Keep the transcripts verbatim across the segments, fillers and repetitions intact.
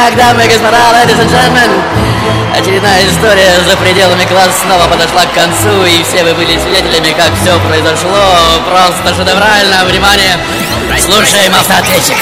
Итак, дамы и господа, ladies and gentlemen, очередная история за пределами класса снова подошла к концу, и все вы были свидетелями, как все произошло. Просто шедеврально. Внимание! Слушаем автоответчик.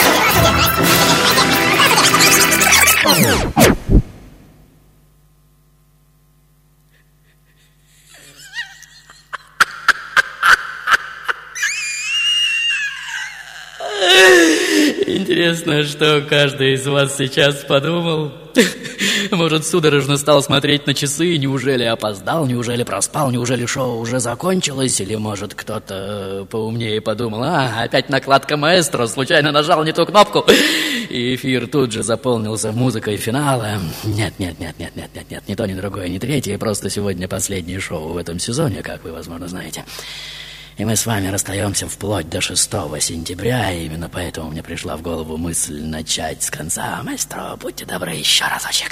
Интересно, что каждый из вас сейчас подумал. Может, судорожно стал смотреть на часы, неужели опоздал, неужели проспал, неужели шоу уже закончилось, или, может, кто-то поумнее подумал: а, опять накладка маэстро, случайно нажал не ту кнопку, и эфир тут же заполнился музыкой финала. Нет, нет, нет, нет, нет, нет, нет, ни то, ни другое, ни третье, просто сегодня последнее шоу в этом сезоне, как вы, возможно, знаете. И мы с вами расстаемся вплоть до шестого сентября, и именно поэтому мне пришла в голову мысль начать с конца. Маэстро, будьте добры, еще разочек.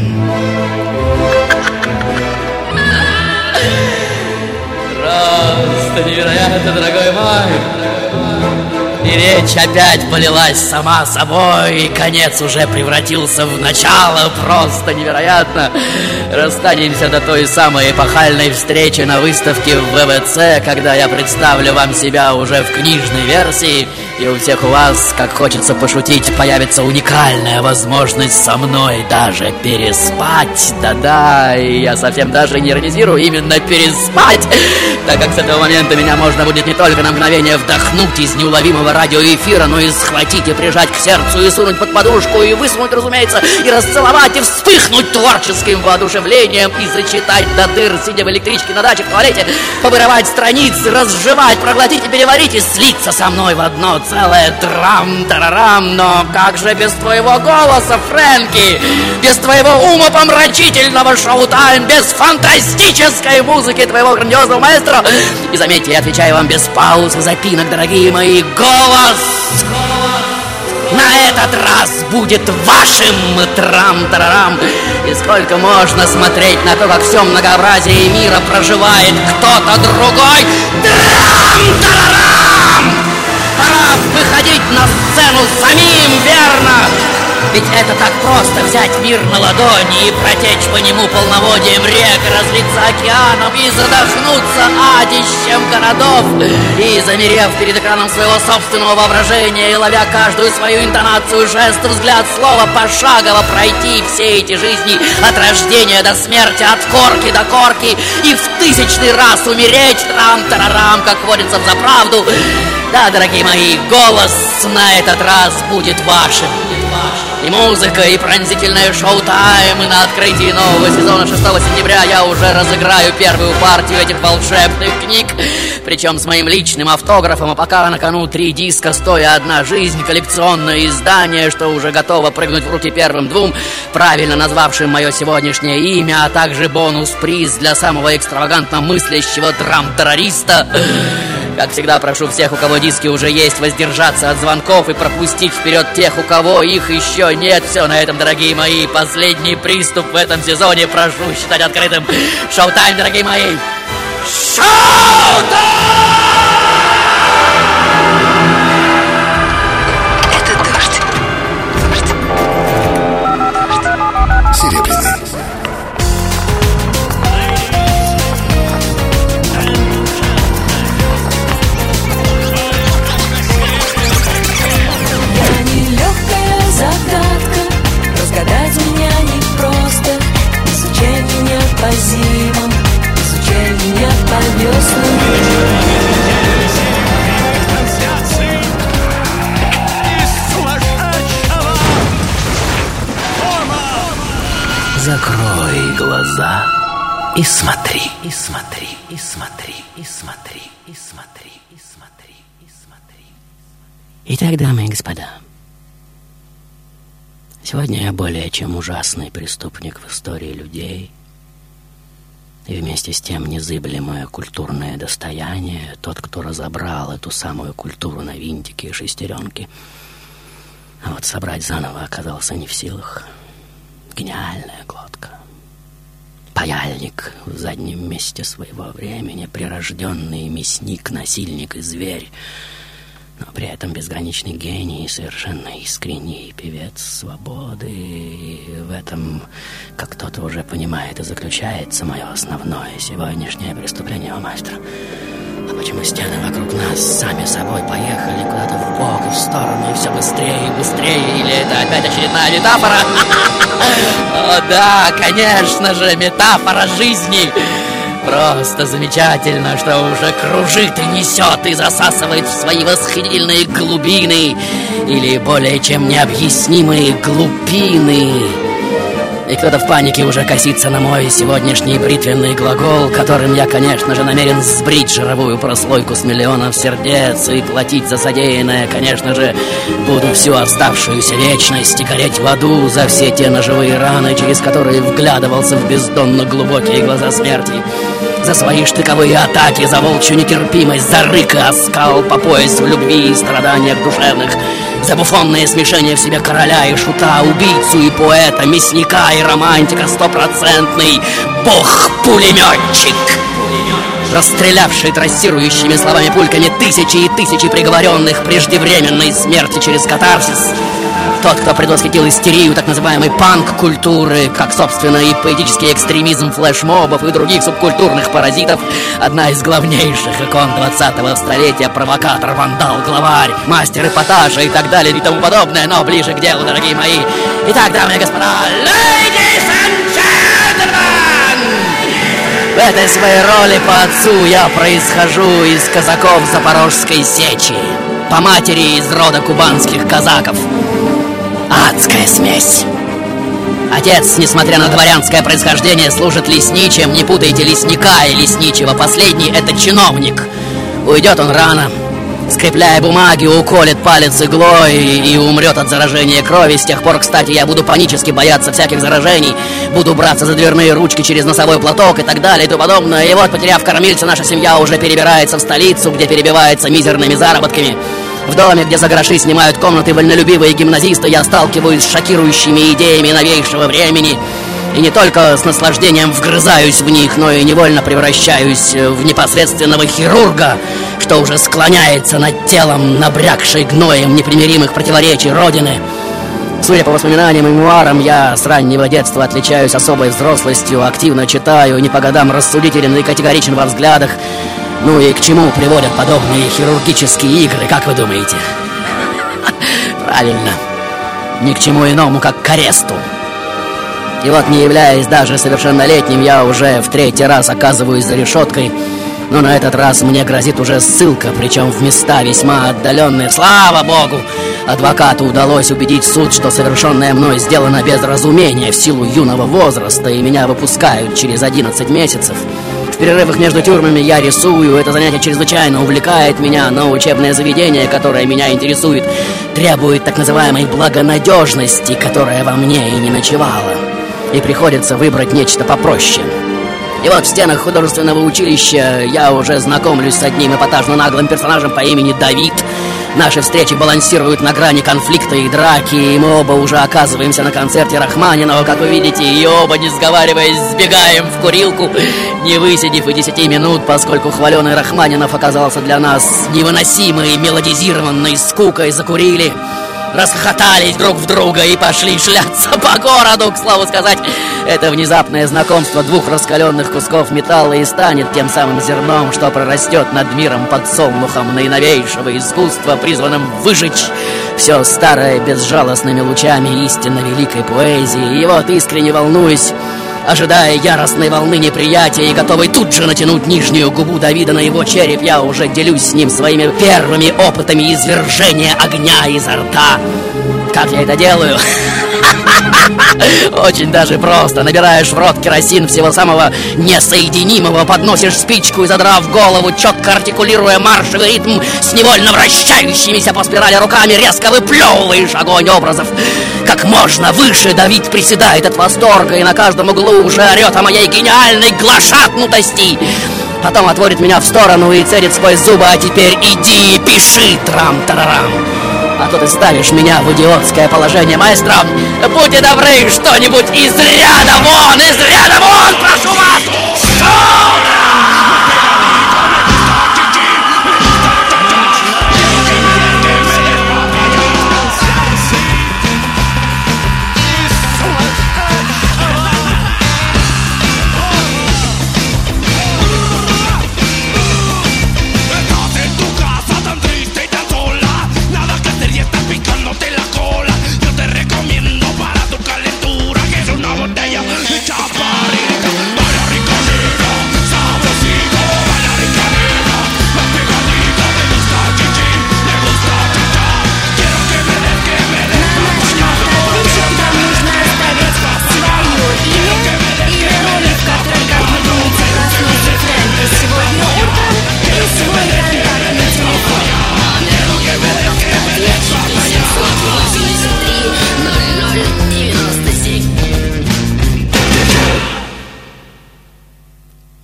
Просто невероятно, дорогой мой. И речь опять полилась сама собой, и конец уже превратился в начало. Просто невероятно. Расстанемся до той самой эпохальной встречи на выставке в вэ вэ цэ, когда я представлю вам себя уже в книжной версии, и у всех у вас, как хочется пошутить, появится уникальная возможность со мной даже переспать. Да-да, и я совсем даже не иронизирую, именно переспать, так как с этого момента меня можно будет не только на мгновение вдохнуть из неуловимого радиоэфира, но и схватить и прижать к сердцу, и сунуть под подушку, и высунуть, разумеется, и расцеловать, и вспыхнуть творческим воодушевлением, и зачитать до дыр, сидя в электричке, на даче, в туалете, повырывать страницы, разжевать, проглотить и переварить, и слиться со мной в одно целое трам-тарарам. Но как же без твоего голоса, Фрэнки? Без твоего умопомрачительного шоу-тайм, без фантастической музыки твоего грандиозного маэстро? И заметьте, я отвечаю вам без пауз и запинок, дорогие мои, голос на этот раз будет вашим трам-тарарам. И сколько можно смотреть на то, как все многообразие мира проживает кто-то другой? Трам-тарарам! Пора выходить на сцену самим, верно? Ведь это так просто — взять мир на ладони и протечь по нему полноводием рек, разлиться океаном и задохнуться адищем городов. И, замерев перед экраном своего собственного воображения и ловя каждую свою интонацию, жест, взгляд, слово, пошагово пройти все эти жизни от рождения до смерти, от корки до корки, и в тысячный раз умереть трам-тарарам, как водится, взаправду. Да, дорогие мои, голос на этот раз будет вашим. И музыка, и пронзительное шоу-тайм, и на открытии нового сезона шестого сентября я уже разыграю первую партию этих волшебных книг, причем с моим личным автографом. А пока на кону три диска «Стоя одна жизнь», коллекционное издание, что уже готово прыгнуть в руки первым двум, правильно назвавшим мое сегодняшнее имя, а также бонус-приз для самого экстравагантно мыслящего драм-террориста. Как всегда, прошу всех, у кого диски уже есть, воздержаться от звонков и пропустить вперед тех, у кого их еще нет. Все на этом, дорогие мои. Последний приступ в этом сезоне прошу считать открытым. Шоу-тайм, дорогие мои! Шоу-тайм! Это дождь. Дождь. Дождь. Серебряный. Разгадать меня непросто. Изучай меня по зимам, изучай меня по веснам. Закрой глаза и смотри, и смотри, и смотри, и смотри, и смотри, и смотри, и смотри. Итак, дамы и господа, сегодня я более чем ужасный преступник в истории людей, и вместе с тем незыблемое культурное достояние, тот, кто разобрал эту самую культуру на винтики и шестеренки. А вот собрать заново оказался не в силах. Гениальная глотка. Паяльник в заднем месте своего времени, прирожденный мясник, насильник и зверь. но при этом безграничный гений, совершенно искренний певец свободы. И в этом, как кто-то уже понимает, и заключается мое основное сегодняшнее преступление, о мастер. А почему стены вокруг нас сами собой поехали куда-то в бок и в сторону, и все быстрее и быстрее? Или это опять очередная метафора? О да, конечно же, метафора жизни. Просто замечательно, что уже кружит и несет, и засасывает в свои восхитительные глубины, или более чем необъяснимые глубины. И кто-то в панике уже косится на мой сегодняшний бритвенный глагол, которым я, конечно же, намерен сбрить жировую прослойку с миллионов сердец и платить за содеянное. Конечно же, буду всю оставшуюся вечность и гореть в аду за все те ножевые раны, через которые вглядывался в бездонно глубокие глаза смерти. За свои штыковые атаки, за волчью нетерпимость, за рык и оскал по пояс в любви и страданиях душевных, за буфонное смешение в себе короля и шута, убийцу и поэта, мясника и романтика, стопроцентный бог-пулеметчик, расстрелявший трассирующими словами пульками тысячи и тысячи приговоренных преждевременной смерти через катарсис. Тот, кто предвосхитил истерию так называемой панк-культуры, как, собственно, и поэтический экстремизм флешмобов и других субкультурных паразитов. Одна из главнейших икон двадцатого столетия, провокатор, вандал, главарь, мастер эпатажа и так далее и тому подобное. Но ближе к делу, дорогие мои. Итак, дамы и господа, ladies and gentlemen! В этой своей роли по отцу я происхожу из казаков Запорожской сечи, по матери из рода кубанских казаков. Адская смесь. Отец, несмотря на дворянское происхождение, служит лесничим. Не путайте лесника и лесничего. Последний — это чиновник. Уйдет он рано, скрепляя бумаги, уколет палец иглой и, и умрет от заражения крови. С тех пор, кстати, я буду панически бояться всяких заражений. Буду браться за дверные ручки через носовой платок и так далее и тому подобное. И вот, потеряв кормильца, наша семья уже перебирается в столицу, где перебивается мизерными заработками. В доме, где за гроши снимают комнаты вольнолюбивые гимназисты, я сталкиваюсь с шокирующими идеями новейшего времени. И не только с наслаждением вгрызаюсь в них, но и невольно превращаюсь в непосредственного хирурга, что уже склоняется над телом, набрякшей гноем непримиримых противоречий Родины. Судя по воспоминаниям и мемуарам, я с раннего детства отличаюсь особой взрослостью, активно читаю, не по годам рассудителен и категоричен во взглядах. Ну и к чему приводят подобные хирургические игры, как вы думаете? Правильно, ни к чему иному, как к аресту. И вот, не являясь даже совершеннолетним, я уже в третий раз оказываюсь за решеткой. Но на этот раз мне грозит уже ссылка, причем в места весьма отдаленные. Слава богу! Адвокату удалось убедить суд, что совершенное мной сделано без разумения в силу юного возраста, и меня выпускают через одиннадцать месяцев. В перерывах между тюрьмами я рисую. Это занятие чрезвычайно увлекает меня, но учебное заведение, которое меня интересует, требует так называемой благонадежности, которая во мне и не ночевала. И приходится выбрать нечто попроще. И вот в стенах художественного училища я уже знакомлюсь с одним эпатажно-наглым персонажем по имени Давид. Наши встречи балансируют на грани конфликта и драки, и мы оба уже оказываемся на концерте Рахманинова, как вы видите, и оба, не сговариваясь, сбегаем в курилку, не высидев и десяти минут, поскольку хваленый Рахманинов оказался для нас невыносимой мелодизированной скукой. Закурили, расхохотались друг в друга и пошли шляться по городу. К слову сказать, это внезапное знакомство двух раскаленных кусков металла и станет тем самым зерном, что прорастет над миром подсолнухом наиновейшего искусства, призванным выжечь все старое безжалостными лучами истинно великой поэзии. И вот, искренне волнуюсь, ожидая яростной волны неприятия и готовый тут же натянуть нижнюю губу Давида на его череп, я уже делюсь с ним своими первыми опытами извержения огня изо рта. Как я это делаю? Очень даже просто. Набираешь в рот керосин всего самого несоединимого, подносишь спичку и, задрав голову, четко артикулируя маршевый ритм с невольно вращающимися по спирали руками, резко выплевываешь огонь образов как можно выше. Давид приседает от восторга и на каждом углу уже орет о моей гениальной глашатнутости. Потом отводит меня в сторону и цедит сквозь зубы: а теперь иди и пиши, трам-тарарам. А то ты ставишь меня в идиотское положение, маэстро. Будьте добры, что-нибудь из ряда вон, из ряда вон, прошу вас! Сюда!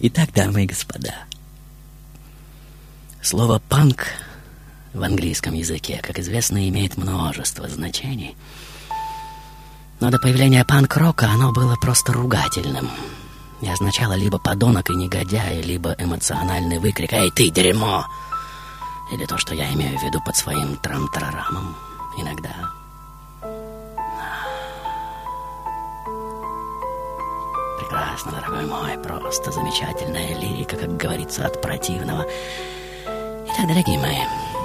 Итак, дамы и господа, слово «панк» в английском языке, как известно, имеет множество значений. Но до появления панк-рока оно было просто ругательным и означало либо подонок и негодяй, либо эмоциональный выкрик «Эй, ты, дерьмо!» или то, что я имею в виду под своим трам-тарарамом иногда. Прекрасно, дорогой мой, просто замечательная лирика, как говорится, от противного. Итак, дорогие мои,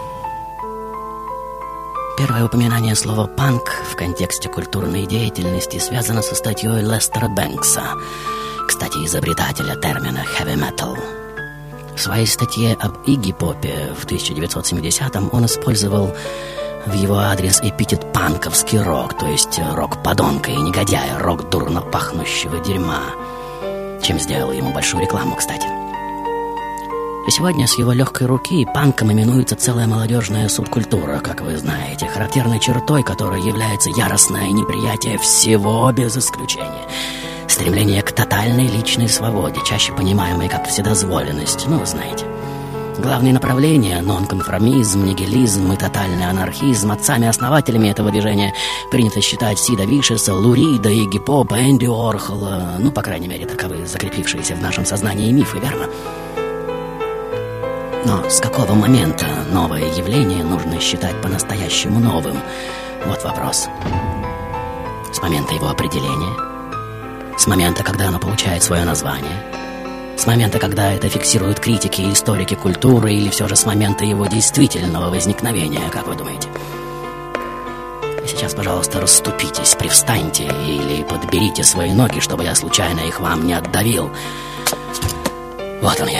первое упоминание слова «панк» в контексте культурной деятельности связано со статьей Лестера Бэнкса, кстати, изобретателя термина «heavy metal». В своей статье об Игги Попе в тысяча девятьсот семидесятом он использовал в его адрес эпитет «панковский рок», то есть рок подонка и негодяя, рок дурно пахнущего дерьма, чем сделал ему большую рекламу, кстати. И сегодня с его легкой руки панком именуется целая молодежная субкультура, как вы знаете, характерной чертой которой является яростное неприятие всего без исключения. Стремление к тотальной личной свободе, чаще понимаемой как вседозволенность, ну, вы знаете. Главные направления — нонконформизм, нигилизм и тотальный анархизм. Отцами-основателями этого движения принято считать Сида Вишеса, Лу Рида, Игги Попа, Энди Уорхола. Ну, по крайней мере, таковы закрепившиеся в нашем сознании мифы, верно? Но с какого момента новое явление нужно считать по-настоящему новым? Вот вопрос. С момента его определения? С момента, когда оно получает свое название? С момента, когда это фиксируют критики и историки культуры, или все же с момента его действительного возникновения, как вы думаете? И сейчас, пожалуйста, расступитесь, привстаньте или подберите свои ноги, чтобы я случайно их вам не отдавил. Вот он я.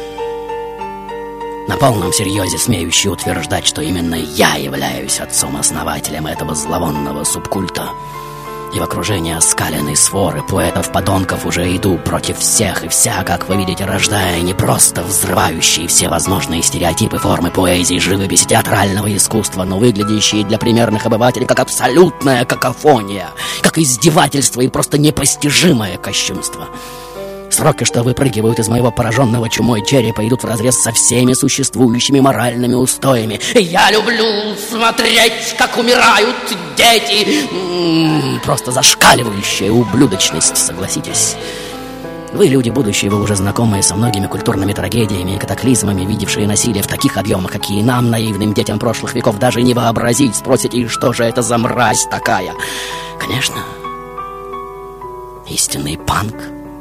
На полном серьезе смеющий утверждать, что именно я являюсь отцом-основателем этого зловонного субкульта. И в окружении оскаленной своры поэтов-подонков уже иду против всех и вся, как вы видите, рождая не просто взрывающие все возможные стереотипы формы поэзии, живописи, театрального искусства, но выглядящие для примерных обывателей как абсолютная какофония, как издевательство и просто непостижимое кощунство. Сроки, что выпрыгивают из моего пораженного чумой черепа, идут вразрез со всеми существующими моральными устоями. Я люблю смотреть, как умирают дети. М-м, просто зашкаливающая ублюдочность, согласитесь. Вы, люди будущие, вы уже знакомые со многими культурными трагедиями и катаклизмами, видевшие насилие в таких объемах, какие нам, наивным детям прошлых веков, даже не вообразить. Спросите, и что же это за мразь такая? Конечно, истинный панк,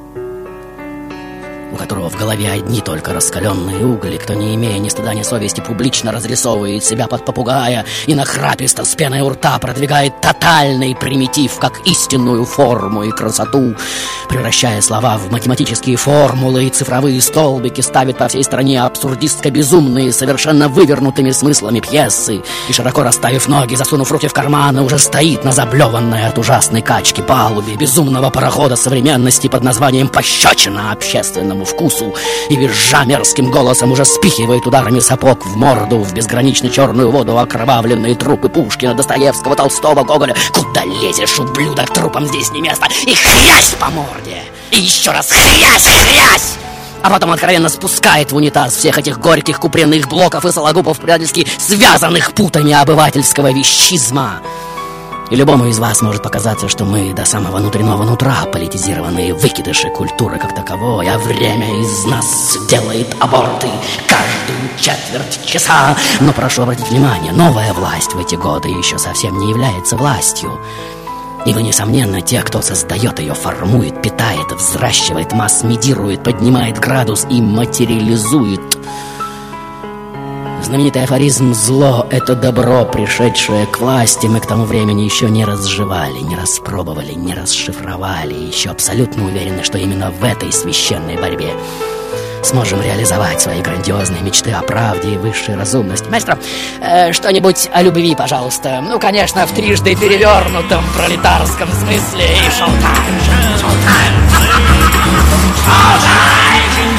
у которого в голове одни только раскаленные угли, кто, не имея ни стыда, ни совести, публично разрисовывает себя под попугая и нахраписто с пеной у рта продвигает тотальный примитив как истинную форму и красоту, превращая слова в математические формулы и цифровые столбики, ставит по всей стране абсурдистско-безумные, совершенно вывернутыми смыслами пьесы и, широко расставив ноги, засунув руки в карманы, уже стоит на заблеванной от ужасной качки палубе безумного парохода современности под названием «Пощечина общественному вкусу» и, визжа мерзким голосом, уже спихивает ударами сапог в морду в безгранично черную воду окровавленные трупы Пушкина, Достоевского, Толстого, Гоголя. Куда лезешь, ублюдок, трупам здесь не место. И хрясь по морде. И еще раз хрясь, хрясь. А потом откровенно спускает в унитаз всех этих горьких купряных блоков и сологубов, предательски связанных путами обывательского вещизма. И любому из вас может показаться, что мы до самого внутреннего нутра политизированные выкидыши культуры как таковой, а время из нас делает аборты каждую четверть часа. Но прошу обратить внимание, новая власть в эти годы еще совсем не является властью. И вы, несомненно, те, кто создает ее, формует, питает, взращивает, масс-медирует, поднимает градус и материализует. Знаменитый афоризм «Зло – это добро, пришедшее к власти» мы к тому времени еще не разжевали, не распробовали, не расшифровали. И еще абсолютно уверены, что именно в этой священной борьбе сможем реализовать свои грандиозные мечты о правде и высшей разумности. Маэстро, э, что-нибудь о любви, пожалуйста. Ну, конечно, в трижды перевернутом пролетарском смысле. И шоу-тайм, шоу-тайм, шоу-тайм.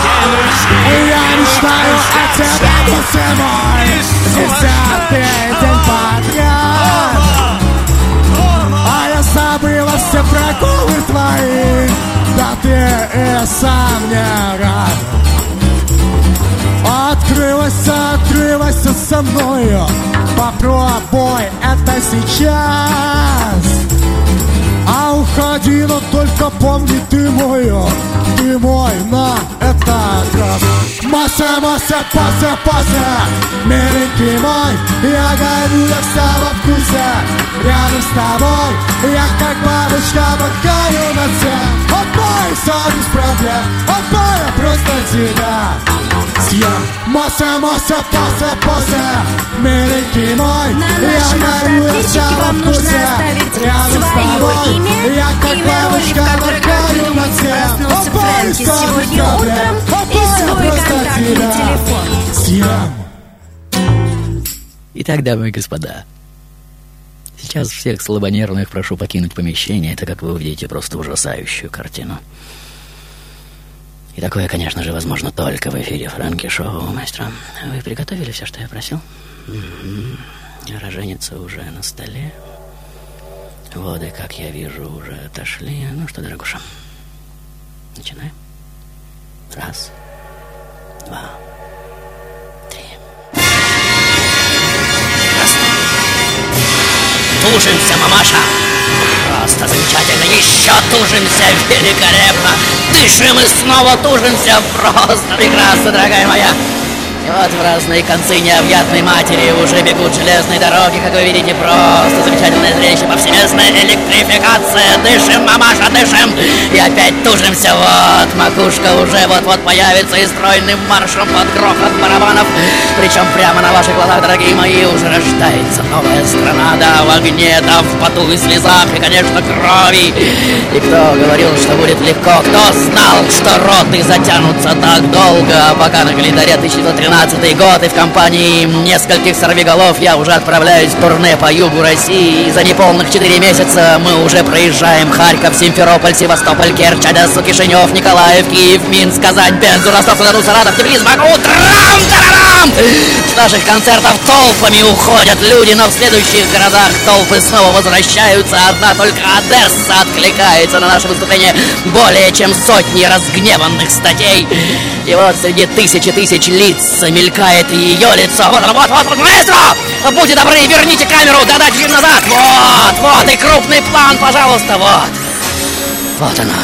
Я мечтаю о тебе, душе мой, десятый день подряд. А я забыла все проколы твои. Да ты и сам не рад. Открывайся, открывайся со мною, попробуй это сейчас. А уходи, но только помни, ты мой, ты мой на этот раз. Масса, масса, паса, паса, миленький мой, я горю, я вся во вкусе. Рядом с тобой я как бабочка покаю на всем. Отбой, все без проблем, отбой, я просто тебя съем. Масса, масса, паса, паса, миленький мой, я горю, я вся во вкусе. Рядом с тобой я как бабочка покаю на всем. Отбой, все без проблем, отбой, я просто тебя съем. Итак, дамы и господа, сейчас всех слабонервных прошу покинуть помещение. Это, как вы увидите, просто ужасающую картину. И такое, конечно же, возможно только в эфире Фрэнки Шоу, маэстро. Вы приготовили все, что я просил? Угу. Роженица уже на столе. Воды, как я вижу, уже отошли. Ну что, дорогуша, начинаем. Раз, два, три. Тужимся, мамаша! Просто замечательно! Еще тужимся! Великолепно! Дышим и снова тужимся! Просто прекрасно, дорогая моя! И вот в разные концы необъятной матери уже бегут железные дороги, как вы видите, просто замечательное зрелище, повсеместная электрификация. Дышим, мамаша, дышим! И опять тужимся, вот, макушка уже вот-вот появится и стройным маршем под грохот барабанов. Причем прямо на ваших глазах, дорогие мои, уже рождается новая страна, да, в огне, да, в поту и слезах, и, конечно, крови. И кто говорил, что будет легко, кто знал, что роты затянутся так долго, а пока на календаре тысяча девятьсот тринадцатый год, и в компании нескольких сорвиголов я уже отправляюсь в турне по югу России. И за неполных четыре месяца мы уже проезжаем Харьков, Симферополь, Севастополь, Керчь, Одессу, Кишинев, Николаев, Киев, Минск, Казань, Пензу, Ростов-на-Дону, Саратов, Тбилис, Баку. Трам-тарарам! С наших концертов толпами уходят люди, но в следующих городах толпы снова возвращаются. Одна только Одесса откликается на наше выступление более чем сотни разгневанных статей. И вот среди тысячи тысяч лиц мелькает ее лицо. Вот оно, вот, вот, вот, маэстро! Будьте добры, верните камеру, да-да, чуть назад. Вот, вот, и крупный план, пожалуйста, вот. Вот оно.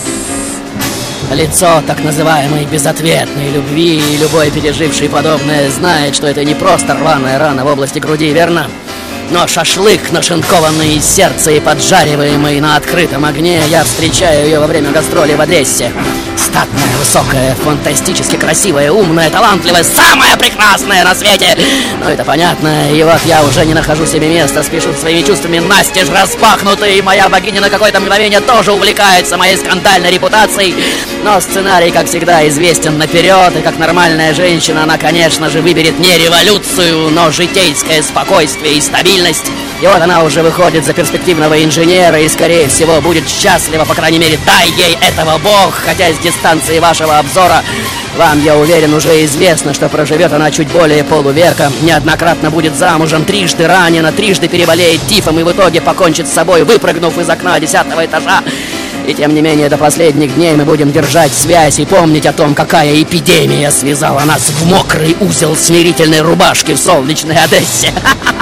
Лицо так называемой безответной любви. И любой, переживший подобное, знает, что это не просто рваная рана в области груди, верно? Но шашлык, нашинкованный из сердца и поджариваемый на открытом огне, я встречаю ее во время гастролей в Одессе. Статная, высокая, фантастически красивая, умная, талантливая, самая прекрасная на свете. Ну, это понятно, и вот я уже не нахожу себе места, спешу своими чувствами настежь распахнутые, и моя богиня на какое-то мгновение тоже увлекается моей скандальной репутацией. Но сценарий, как всегда, известен наперед, и как нормальная женщина, она, конечно же, выберет не революцию, но житейское спокойствие и стабильность. И вот она уже выходит за перспективного инженера и, скорее всего, будет счастлива, по крайней мере, дай ей этого Бог. Хотя с дистанции вашего обзора вам, я уверен, уже известно, что проживет она чуть более полувека, неоднократно будет замужем, трижды ранена, трижды переболеет тифом и в итоге покончит с собой, выпрыгнув из окна десятого этажа. И тем не менее, до последних дней мы будем держать связь и помнить о том, какая эпидемия связала нас в мокрый узел смирительной рубашки в солнечной Одессе.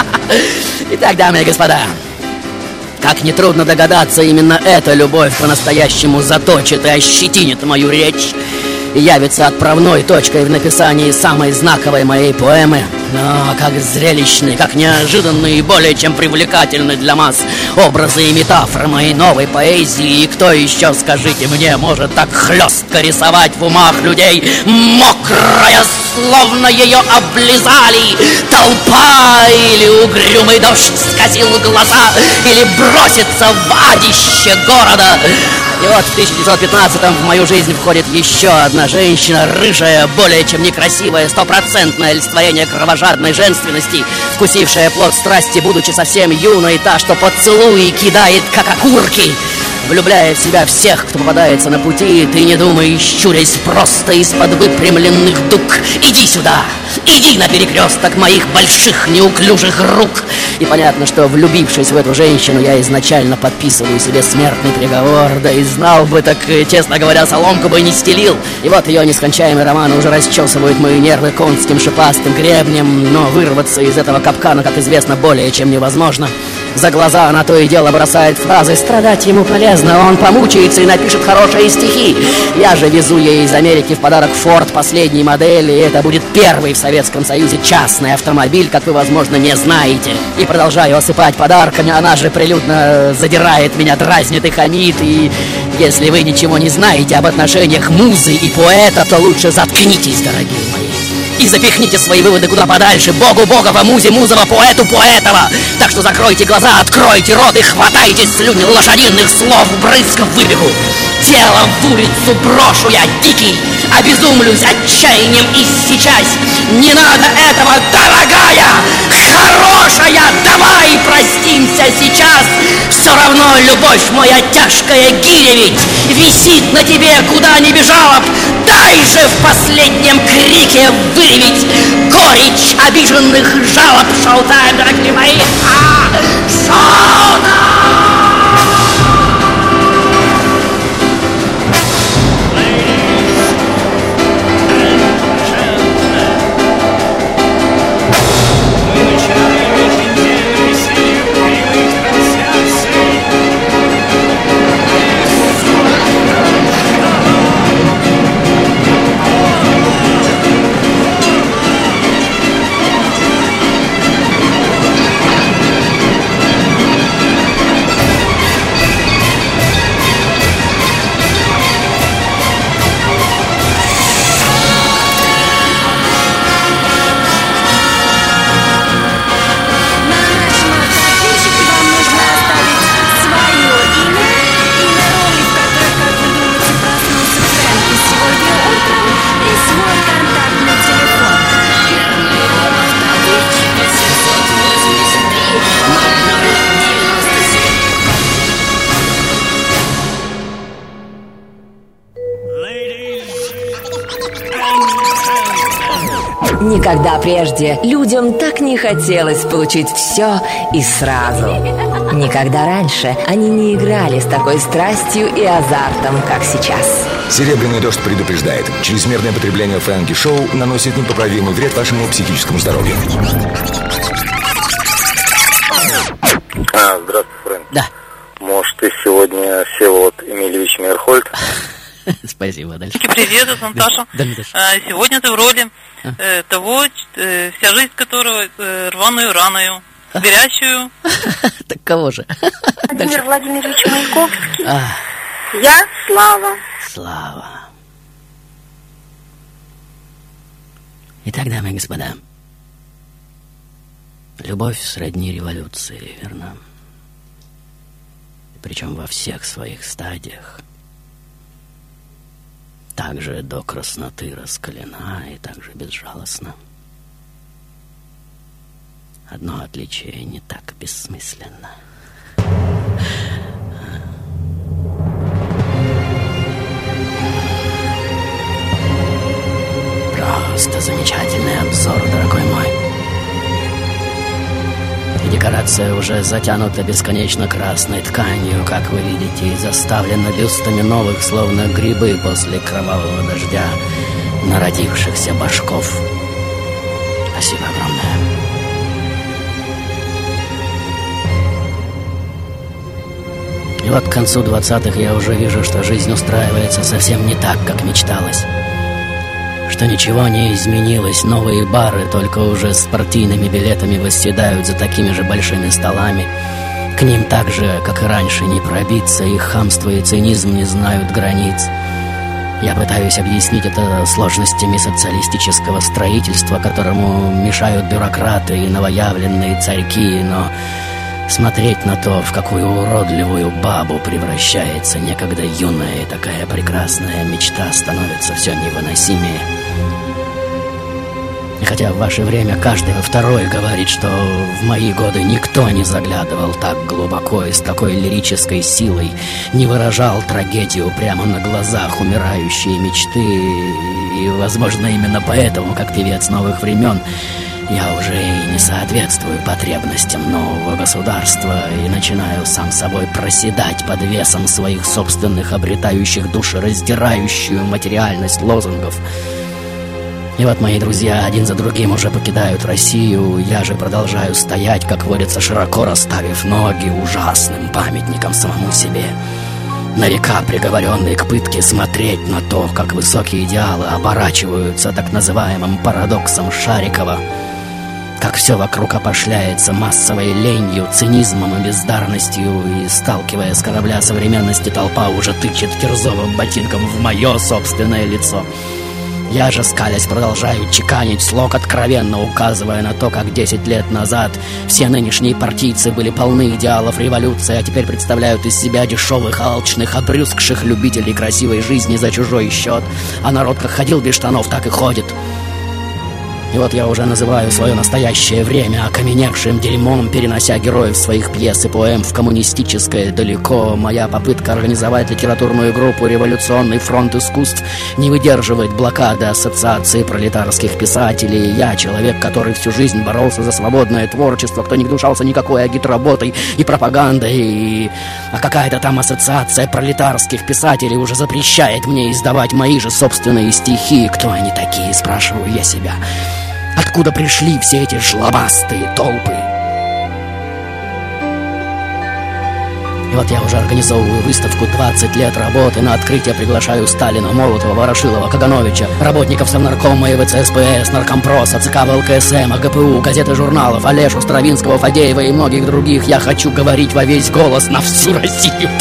Итак, дамы и господа, как нетрудно догадаться, именно эта любовь по-настоящему заточит и ощетинит мою речь и явится отправной точкой в написании самой знаковой моей поэмы. Но как зрелищны, как неожиданны и более чем привлекательны для масс образы и метафоры моей новой поэзии. И кто еще, скажите мне, может так хлестко рисовать в умах людей? Мокрая, словно ее облизали толпа, или угрюмый дождь скосил глаза, или бросится в адище города. И вот в тысяча девятьсот пятнадцатом в мою жизнь входит еще одна женщина, рыжая, более чем некрасивая, стопроцентное олицетворение кровожадной женственности, вкусившая плод страсти, будучи совсем юной, та, что поцелуи кидает, как окурки, влюбляя в себя всех, кто попадается на пути. Ты не думай, щурясь просто из-под выпрямленных дуг. Иди сюда, Иди на перекресток моих больших неуклюжих рук. И понятно, что, влюбившись в эту женщину, я изначально подписываю себе смертный приговор. Да и знал бы, так, честно говоря, соломку бы не стелил. И вот ее нескончаемый роман уже расчесывают мои нервы конским шипастым гребнем. Но вырваться из этого капкана, как известно, более чем невозможно. За глаза она то и дело бросает фразы: страдать ему полезно, он помучается и напишет хорошие стихи. Я же везу ей из Америки в подарок Форд последней модели, и это будет первый в Советском Союзе частный автомобиль, как вы, возможно, не знаете. И продолжаю осыпать подарками, она же прилюдно задирает меня, дразнит и хамит. И если вы ничего не знаете об отношениях музы и поэта, то лучше заткнитесь, дорогие мои, и запихните свои выводы куда подальше. Богу Богова, музе Музова, поэту Поэтова. Так что закройте глаза, откройте рот и хватайте слюни лошадиных слов, брызгов выбегу. Телом в улицу брошу я дикий, обезумлюсь отчаянием и сейчас. Не надо этого, дорогая, хорошая, давай простимся сейчас. Все равно, любовь моя тяжкая гиря ведь висит на тебе, куда ни бежала б. Дай же в последнем крике выявить горечь обиженных жалоб. Шоу-тайм, дорогие мои! А, шоу-тайм! Никогда прежде людям так не хотелось получить все и сразу. Никогда раньше они не играли с такой страстью и азартом, как сейчас. Серебряный дождь предупреждает: чрезмерное потребление фэнки-шоу наносит непоправимый вред вашему психическому здоровью. А, здравствуй, Фрэнк. Да. Может, ты сегодня Всеволод Эмильевич Мейерхольд? Спасибо, дальше. Привет, это Наташа. Да, Наташа. А, сегодня ты в роли а? э, того, э, вся жизнь которого э, рваную раною, горячую. Так кого же? Владимир Владимирович Маяковский. Я Слава. Слава. Итак, дамы и господа, любовь сродни революции, верно? Причем во всех своих стадиях. Также до красноты раскалена и также безжалостна. Одно отличие не так бессмысленно. Просто замечательный обзор, дорогой мой. И декорация уже затянута бесконечно красной тканью, как вы видите, и заставлена бюстами новых, словно грибы после кровавого дождя, народившихся башков. Спасибо огромное. И вот к концу двадцатых я уже вижу, что жизнь устраивается совсем не так, как мечталось. Что ничего не изменилось, новые бары только уже с партийными билетами восседают за такими же большими столами. К ним так же, как и раньше, не пробиться, их хамство и цинизм не знают границ. Я пытаюсь объяснить это сложностями социалистического строительства, которому мешают бюрократы и новоявленные царьки, но смотреть на то, в какую уродливую бабу превращается некогда юная и такая прекрасная мечта, становится все невыносимее. И хотя в ваше время каждый второй говорит, что в мои годы никто не заглядывал так глубоко и с такой лирической силой, не выражал трагедию прямо на глазах, умирающие мечты. И, возможно, именно поэтому, как певец новых времен, я уже и не соответствую потребностям нового государства и начинаю сам собой проседать под весом своих собственных, обретающих душераздирающую материальность лозунгов. И вот мои друзья один за другим уже покидают Россию. Я же продолжаю стоять, как водится, широко расставив ноги, ужасным памятником самому себе. На века приговоренные к пытке смотреть на то, как высокие идеалы оборачиваются так называемым парадоксом Шарикова, как все вокруг опошляется массовой ленью, цинизмом и бездарностью, и, сталкивая с корабля современности, толпа уже тычет кирзовым ботинком в мое собственное лицо. Я же, скалясь, продолжаю чеканить слог, откровенно указывая на то, как десять лет назад все нынешние партийцы были полны идеалов революции, а теперь представляют из себя дешевых, алчных, обрюзгших любителей красивой жизни за чужой счет. А народ как ходил без штанов, так и ходит. И вот я уже называю свое настоящее время окаменевшим дерьмом, перенося героев своих пьес и поэм в коммунистическое далеко. Моя попытка организовать литературную группу «Революционный фронт искусств» не выдерживает блокады ассоциации пролетарских писателей. Я человек, который всю жизнь боролся за свободное творчество, кто не гнушался никакой агитработой и пропагандой. И... А какая-то там ассоциация пролетарских писателей уже запрещает мне издавать мои же собственные стихи. Кто они такие, спрашиваю я себя. Откуда пришли все эти жлобастые толпы? И вот я уже организовываю выставку «двадцать лет работы». На открытие приглашаю Сталина, Молотова, Ворошилова, Кагановича, работников Совнаркома и ВЦСПС, Наркомпроса, ЦК ВЛКСМ, ГПУ, газеты, журналов, Олешу, Стравинского, Фадеева и многих других. Я хочу говорить во весь голос на всю Россию.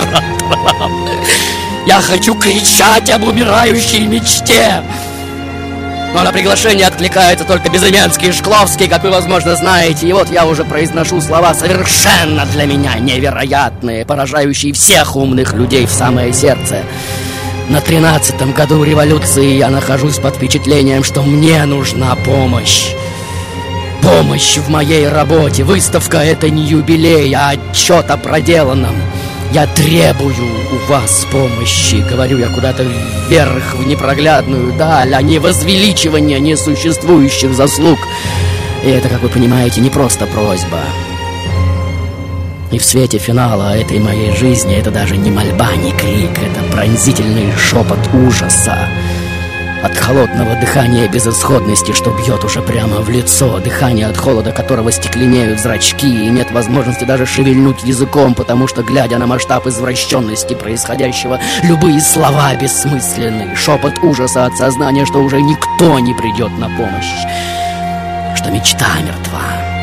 Я хочу кричать об умирающей мечте. Но на приглашение откликается только Безымянский и Шкловский, как вы, возможно, знаете. И вот я уже произношу слова совершенно для меня невероятные, поражающие всех умных людей в самое сердце. На тринадцатом году революции я нахожусь под впечатлением, что мне нужна помощь. Помощь в моей работе. Выставка — это не юбилей, а отчет о проделанном. Я требую у вас помощи, говорю я куда-то вверх, в непроглядную даль, а не возвеличивание несуществующих заслуг. И это, как вы понимаете, не просто просьба. И в свете финала этой моей жизни это даже не мольба, не крик, это пронзительный шепот ужаса. От холодного дыхания безысходности, что бьет уже прямо в лицо. Дыхание, от холода которого стекленеют зрачки, и нет возможности даже шевельнуть языком, потому что, глядя на масштаб извращенности происходящего, любые слова бессмысленны. Шепот ужаса от сознания, что уже никто не придет на помощь, что мечта мертва.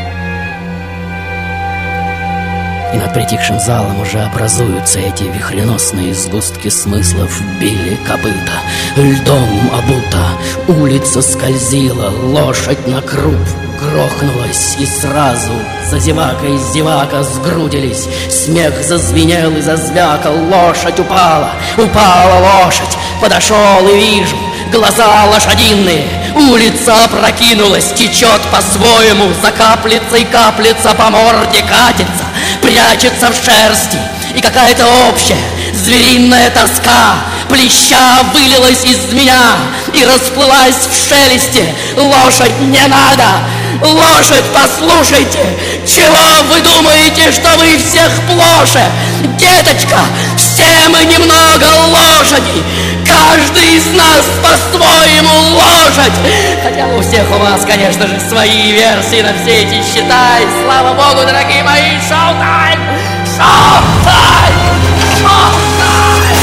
И над притихшим залом уже образуются эти вихреносные сгустки смыслов. Били копыта, льдом обута, улица скользила, лошадь на круп грохнулась, и сразу зазевака и зевака сгрудились. Смех зазвенел и зазвякал, лошадь упала, упала лошадь. Подошел и вижу, глаза лошадиные, улица опрокинулась, течет по-своему, закаплется и каплется, по морде катится, прячется в шерсти. И какая-то общая звериная тоска плеща вылилась из меня и расплылась в шелесте. Лошадь не надо! Лошадь, послушайте! Чего вы думаете, что вы всех плоше? Деточка, все мы немного лошади. Каждый из нас по-своему лошадь. Хотя у всех у вас, конечно же, свои версии на все эти счета. И слава богу, дорогие мои, шоу-тайм! Шоу-тайм! Шоу-тайм!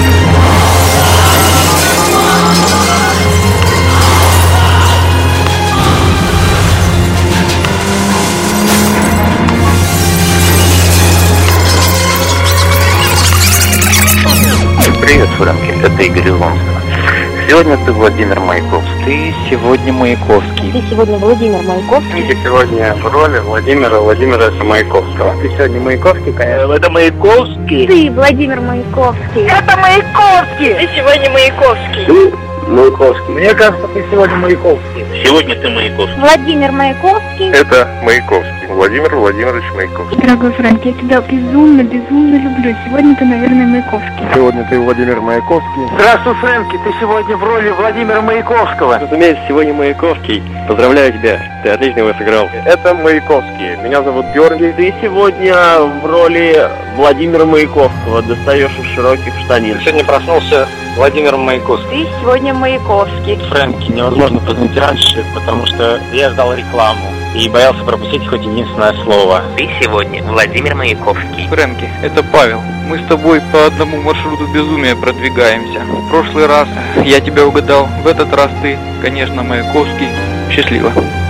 Привет, Фрэнки, это Игорь Илонский. Сегодня ты Владимир Маяковский. Ты сегодня Маяковский. Ты сегодня Владимир Маяковский. Ты сегодня в роли Владимира Владимировича Маяковского. Ты сегодня Маяковский, конечно. Это Маяковский. Ты Владимир Маяковский. Это Маяковский. Ты сегодня Маяковский. Ты Маяковский. Мне кажется, ты сегодня Маяковский. Сегодня ты Маяковский. Владимир Маяковский. Это Маяковский. Владимир Владимирович Маяковский. Дорогой Фрэнк, я тебя безумно, безумно люблю. Сегодня ты, наверное, Маяковский. Сегодня ты Владимир Маяковский. Здравствуй, Фрэнки, ты сегодня в роли Владимира Маяковского. Разумеется, сегодня Маяковский. Поздравляю тебя, ты отлично его сыграл. Это Маяковский. Меня зовут Георгий. Ты сегодня в роли Владимира Маяковского достаешь из широких штанин. Сегодня проснулся Владимиром Маяковским. Ты сегодня Маяковский. Фрэнки невозможно позвонить раньше, потому что я ждал рекламу и боялся пропустить хоть единственное слово. Ты сегодня Владимир Маяковский. Фрэнки, это Павел. Мы с тобой по одному маршруту безумия продвигаемся. В прошлый раз я тебя угадал, в этот раз ты, конечно, Маяковский. Счастливо.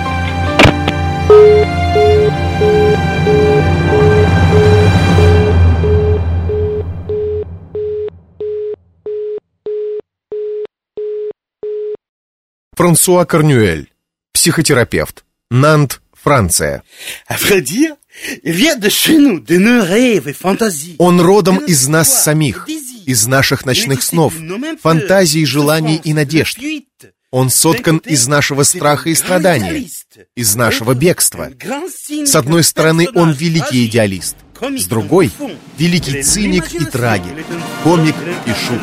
Франсуа Корнюэль, психотерапевт, Нант, Франция. Он родом из нас самих, из наших ночных снов, фантазий, желаний и надежд. Он соткан из нашего страха и страдания, из нашего бегства. С одной стороны, он великий идеалист, с другой — великий циник и трагик, комик и шут.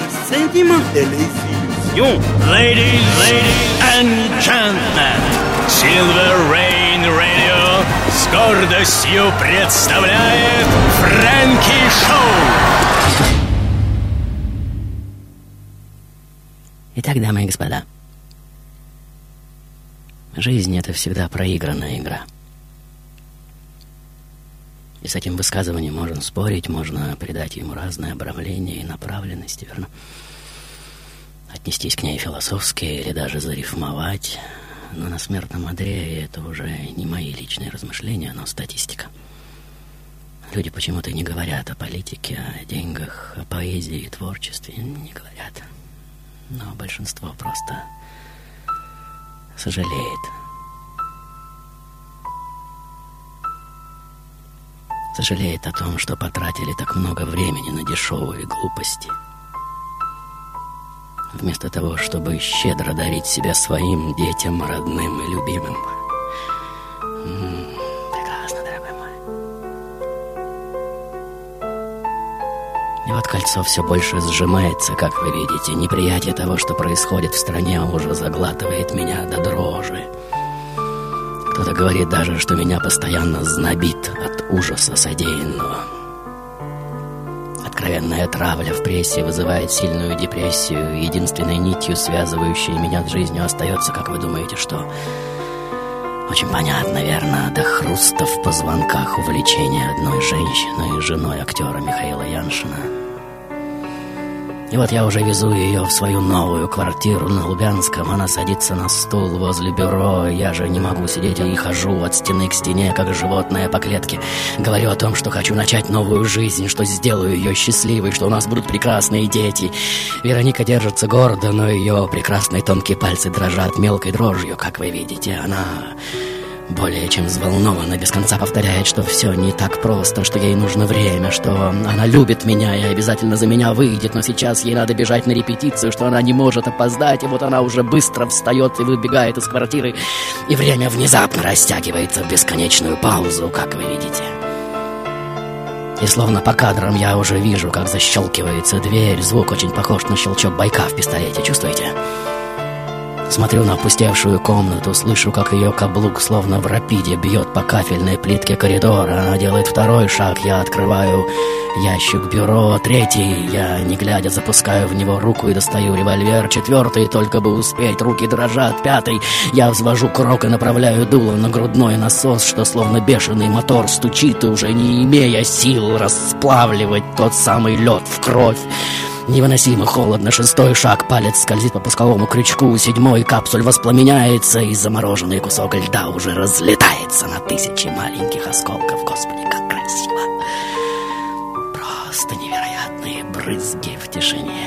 Ladies, ladies and gentlemen, Silver Rain Radio с гордостью представляет Фрэнки Шоу. Итак, дамы и господа, жизнь — это всегда проигранная игра. И с этим высказыванием можно спорить, можно придать ему разное обрамление и направленность, верно? Отнестись к ней философски или даже зарифмовать. Но на смертном одре это уже не мои личные размышления, но статистика. Люди почему-то не говорят о политике, о деньгах, о поэзии и творчестве. Не говорят. Но большинство просто сожалеет. Сожалеет о том, что потратили так много времени на дешевые глупости. Вместо того, чтобы щедро дарить себя своим детям, родным и любимым. М-м, прекрасно, дорогой мой. И вот кольцо все больше сжимается, как вы видите. Неприятие того, что происходит в стране, уже заглатывает меня до дрожи. Кто-то говорит даже, что меня постоянно знобит от ужаса содеянного. Откровенная травля в прессе вызывает сильную депрессию. Единственной нитью, связывающей меня с жизнью, остается, как вы думаете, что? Очень понятно, верно, до хруста в позвонках увлечение одной женщиной, женой актера Михаила Яншина. И вот я уже везу ее в свою новую квартиру на Лубянском. Она садится на стул возле бюро. Я же не могу сидеть и хожу от стены к стене, как животное по клетке. Говорю о том, что хочу начать новую жизнь, что сделаю ее счастливой, что у нас будут прекрасные дети. Вероника держится гордо, но ее прекрасные тонкие пальцы дрожат мелкой дрожью, как вы видите. Она более чем взволнованно, без конца повторяет, что все не так просто, что ей нужно время, что она любит меня и обязательно за меня выйдет, но сейчас ей надо бежать на репетицию, что она не может опоздать, и вот она уже быстро встает и выбегает из квартиры, и время внезапно растягивается в бесконечную паузу, как вы видите. И словно по кадрам я уже вижу, как защелкивается дверь, звук очень похож на щелчок байка в пистолете, чувствуете? Смотрю на опустевшую комнату, слышу, как ее каблук словно в рапиде бьет по кафельной плитке коридора. Она делает второй шаг, я открываю ящик бюро. Третий, я не глядя запускаю в него руку и достаю револьвер. Четвертый, только бы успеть, руки дрожат. Пятый, я взвожу курок и направляю дуло на грудной насос, что словно бешеный мотор стучит, и уже не имея сил расплавливать тот самый лед в кровь. Невыносимо холодно. Шестой шаг, палец скользит по пусковому крючку. Седьмой, капсуль воспламеняется, и замороженный кусок льда уже разлетается на тысячи маленьких осколков. Господи, как красиво! Просто невероятные брызги в тишине.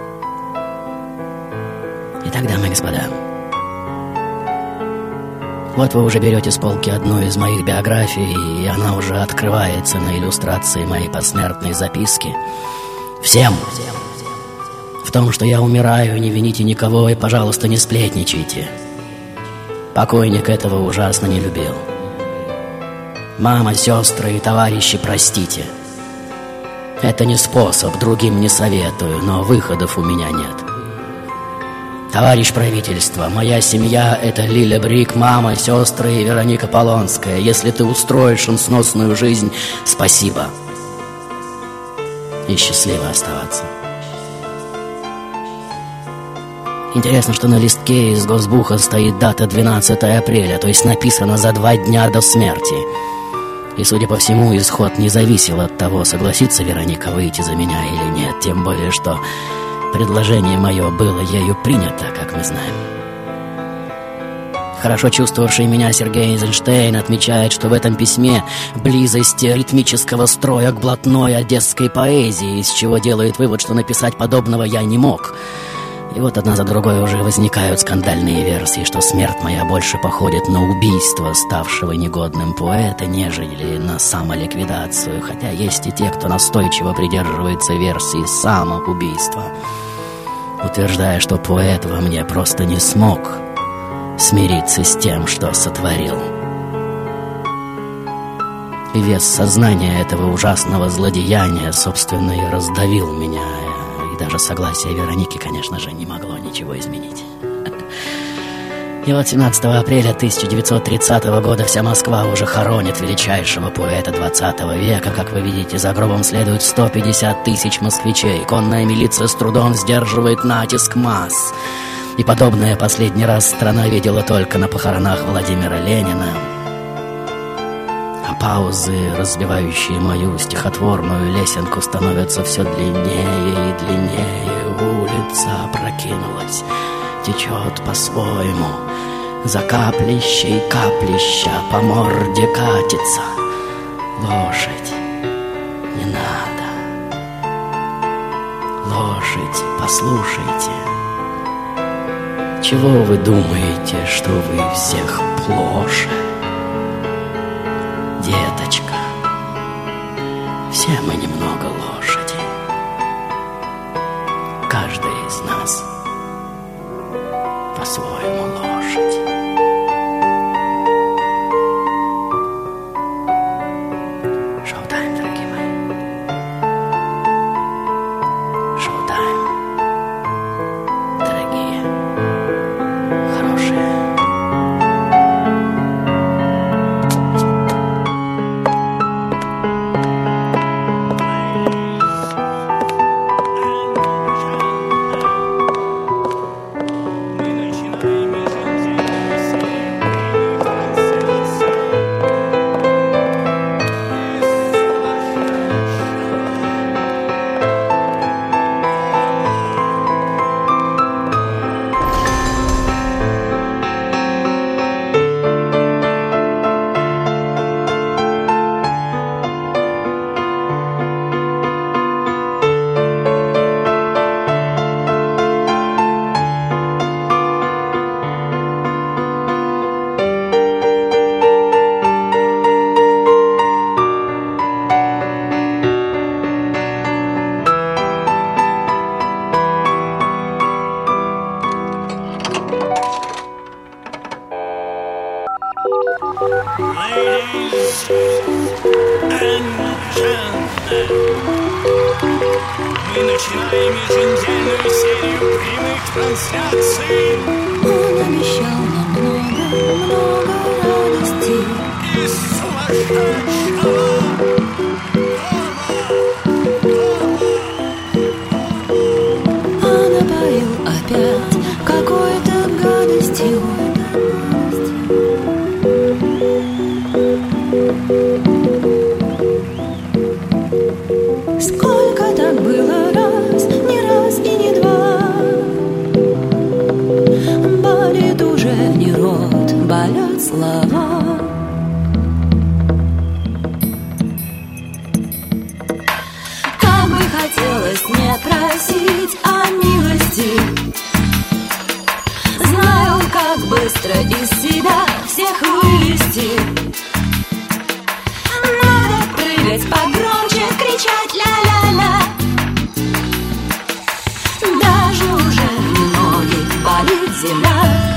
Итак, дамы и господа, Вот вы уже берете с полки одну из моих биографий, и она уже открывается на иллюстрации моей посмертной записки. Всем! В том, что я умираю, не вините никого и, пожалуйста, не сплетничайте. Покойник этого ужасно не любил. Мама, сестры и товарищи, простите. Это не способ, другим не советую, но выходов у меня нет. Товарищ правительство, моя семья — это Лиля Брик, мама, сестры и Вероника Полонская. Если ты устроишь им сносную жизнь, спасибо. И счастливо оставаться. Интересно, что на листке из Госбуха стоит дата двенадцатое апреля, то есть написано за два дня до смерти. И, судя по всему, исход не зависел от того, согласится Вероника выйти за меня или нет. Тем более, что предложение мое было ею принято, как мы знаем. Хорошо чувствовавший меня Сергей Эйзенштейн отмечает, что в этом письме близость ритмического строя к блатной одесской поэзии, из чего делает вывод, что написать подобного я не мог. И вот одна за другой уже возникают скандальные версии, что смерть моя больше походит на убийство ставшего негодным поэта, нежели на самоликвидацию. Хотя есть и те, кто настойчиво придерживается версии самоубийства, утверждая, что поэт во мне просто не смог смириться с тем, что сотворил. И вес сознания этого ужасного злодеяния, собственно, и раздавил меня. И даже согласие Вероники, конечно же, не могло ничего изменить. И вот семнадцатого апреля тысяча девятьсот тридцатого года вся Москва уже хоронит величайшего поэта двадцатого века. Как вы видите, за гробом следует сто пятьдесят тысяч москвичей. Конная милиция с трудом сдерживает натиск масс. И подобное последний раз страна видела только на похоронах Владимира Ленина. А паузы, разбивающие мою стихотворную лесенку, становятся все длиннее и длиннее. Улица опрокинулась, течет по-своему, за каплищей каплища по морде катится. Лошадь, не надо. Лошадь, послушайте. Чего вы думаете, что вы всех плоше? Деточка, все мы немного лошади. Каждый из нас по-своему лошадь. Шоу-тайм, дорогие мои. Шоу-тайм. Дорогие, хорошие. Мы начинаем еженедельную серию прямых трансляций. Он обещал нам много, много радости из сумасшедшего а напоил опять какой-то гадостью. Сколько так было раз, не раз и не два. Болит уже не рот, болят слова. Как бы хотелось не просить о милости. Знаю, как быстро из себя всех вывести. Надо прыгать погромче, кричать ля-ля-ля. Даже уже ноги болит земля.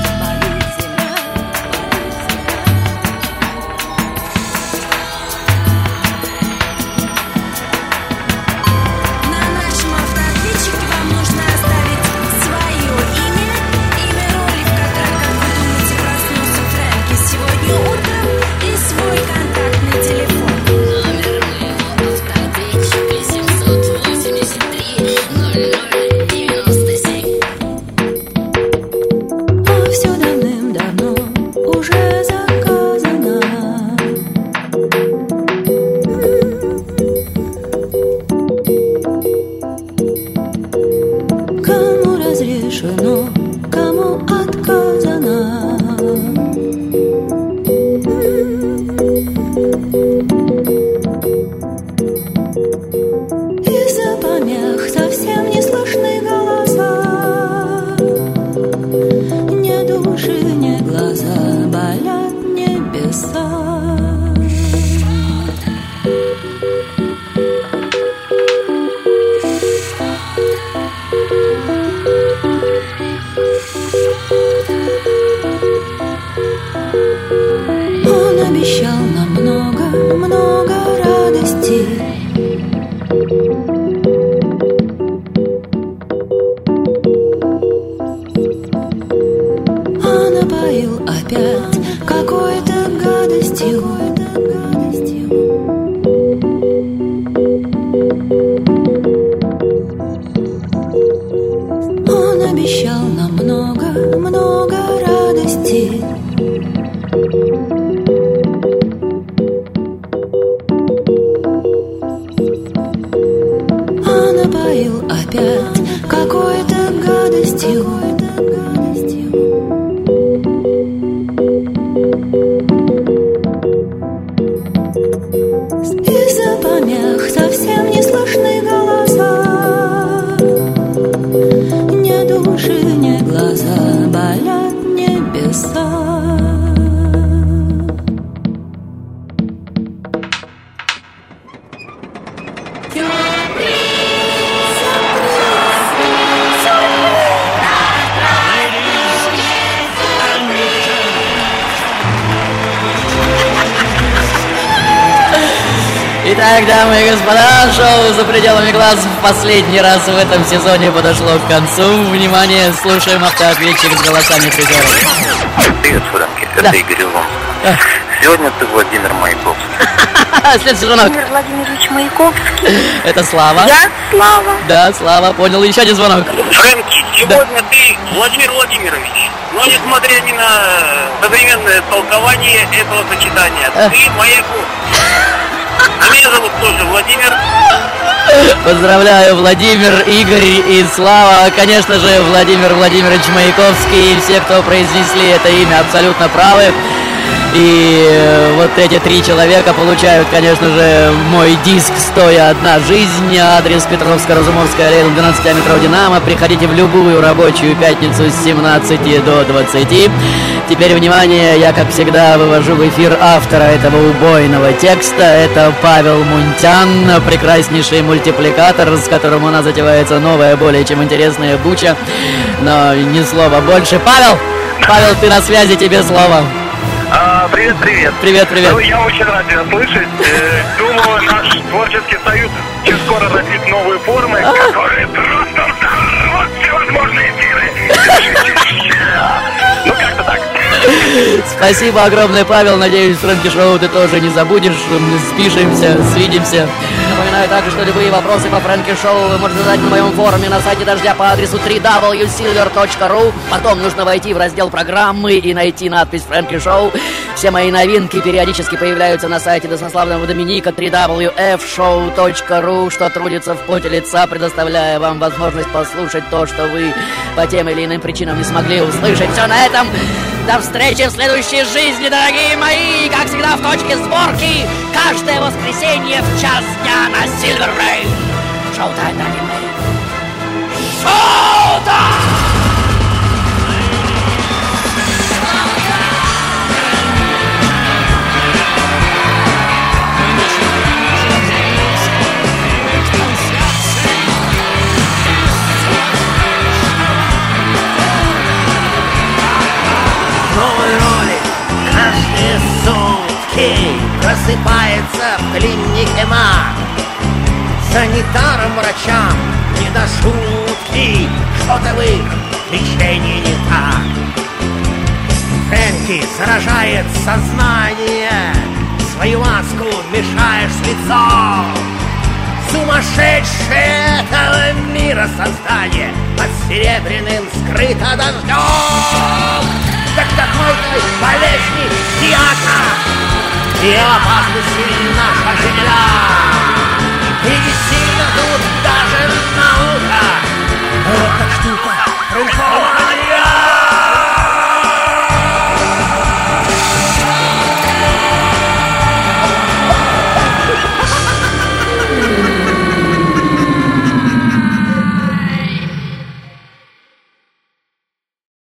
Итак, дамы и господа, шоу «За пределами глаз» в последний раз в этом сезоне подошло к концу. Внимание, слушаем автоответчик с голосами призеров. Привет, Фрэнки, это Да. Игорь Илонский. Сегодня ты Владимир Маяковский. Следующий звонок. Владимир Владимирович Маяковский. Это Слава. Я Слава. Да, Слава, понял. Еще один звонок. Фрэнки, сегодня ты Владимир Владимирович. Но несмотря ни на современное толкование этого сочетания, ты Маяковский. А меня зовут тоже Владимир. Поздравляю, Владимир, Игорь и Слава. Конечно же, Владимир Владимирович Маяковский и все, кто произнесли это имя, абсолютно правы. И вот эти три человека получают, конечно же, мой диск «Стоя одна жизнь». Адрес Петровско-Разумовская, аллея двенадцать, метро «Динамо». Приходите в любую рабочую пятницу с семнадцати до двадцати. Теперь, внимание, я, как всегда, вывожу в эфир автора этого убойного текста. Это Павел Мунтян, прекраснейший мультипликатор, с которым у нас затевается новая, более чем интересная буча. Но ни слова больше. Павел! Павел, ты на связи, тебе слово. А, привет, привет. Привет, привет. Ну, я очень рад тебя слышать. Э, думаю, наш творческий союз очень скоро родит новые формы, которые просто взорвут всевозможные эфиры. Ну, как-то так. Спасибо огромное, Павел. Надеюсь, Фрэнки Шоу ты тоже не забудешь. Спишемся, свидимся. Напоминаю также, что любые вопросы по Фрэнки Шоу вы можете задать на моем форуме на сайте Дождя по адресу дабл ю дабл ю дабл ю точка силвер точка ру. Потом нужно войти в раздел программы и найти надпись Фрэнки Шоу. Все мои новинки периодически появляются на сайте Достославного Доминика дабл ю дабл ю эф шоу точка ру, что трудится в поте лица, предоставляя вам возможность послушать то, что вы по тем или иным причинам не смогли услышать. Все на этом. До встречи в следующей жизни, дорогие мои! Как всегда, в точке сборки каждое воскресенье в час дня на Silver Rain. Шоу-тайм, дорогие мои! Шоу-тайм! ночей просыпается в клинике маг. Санитарам, врачам не до шутки, что-то в их лечении не так. Фрэнки заражает сознание, свою маску мешаешь с лицом. Сумасшедшее этого мира создание под серебряным скрыто дождем. Как какой-то болезни диагноз и опасности наша земля.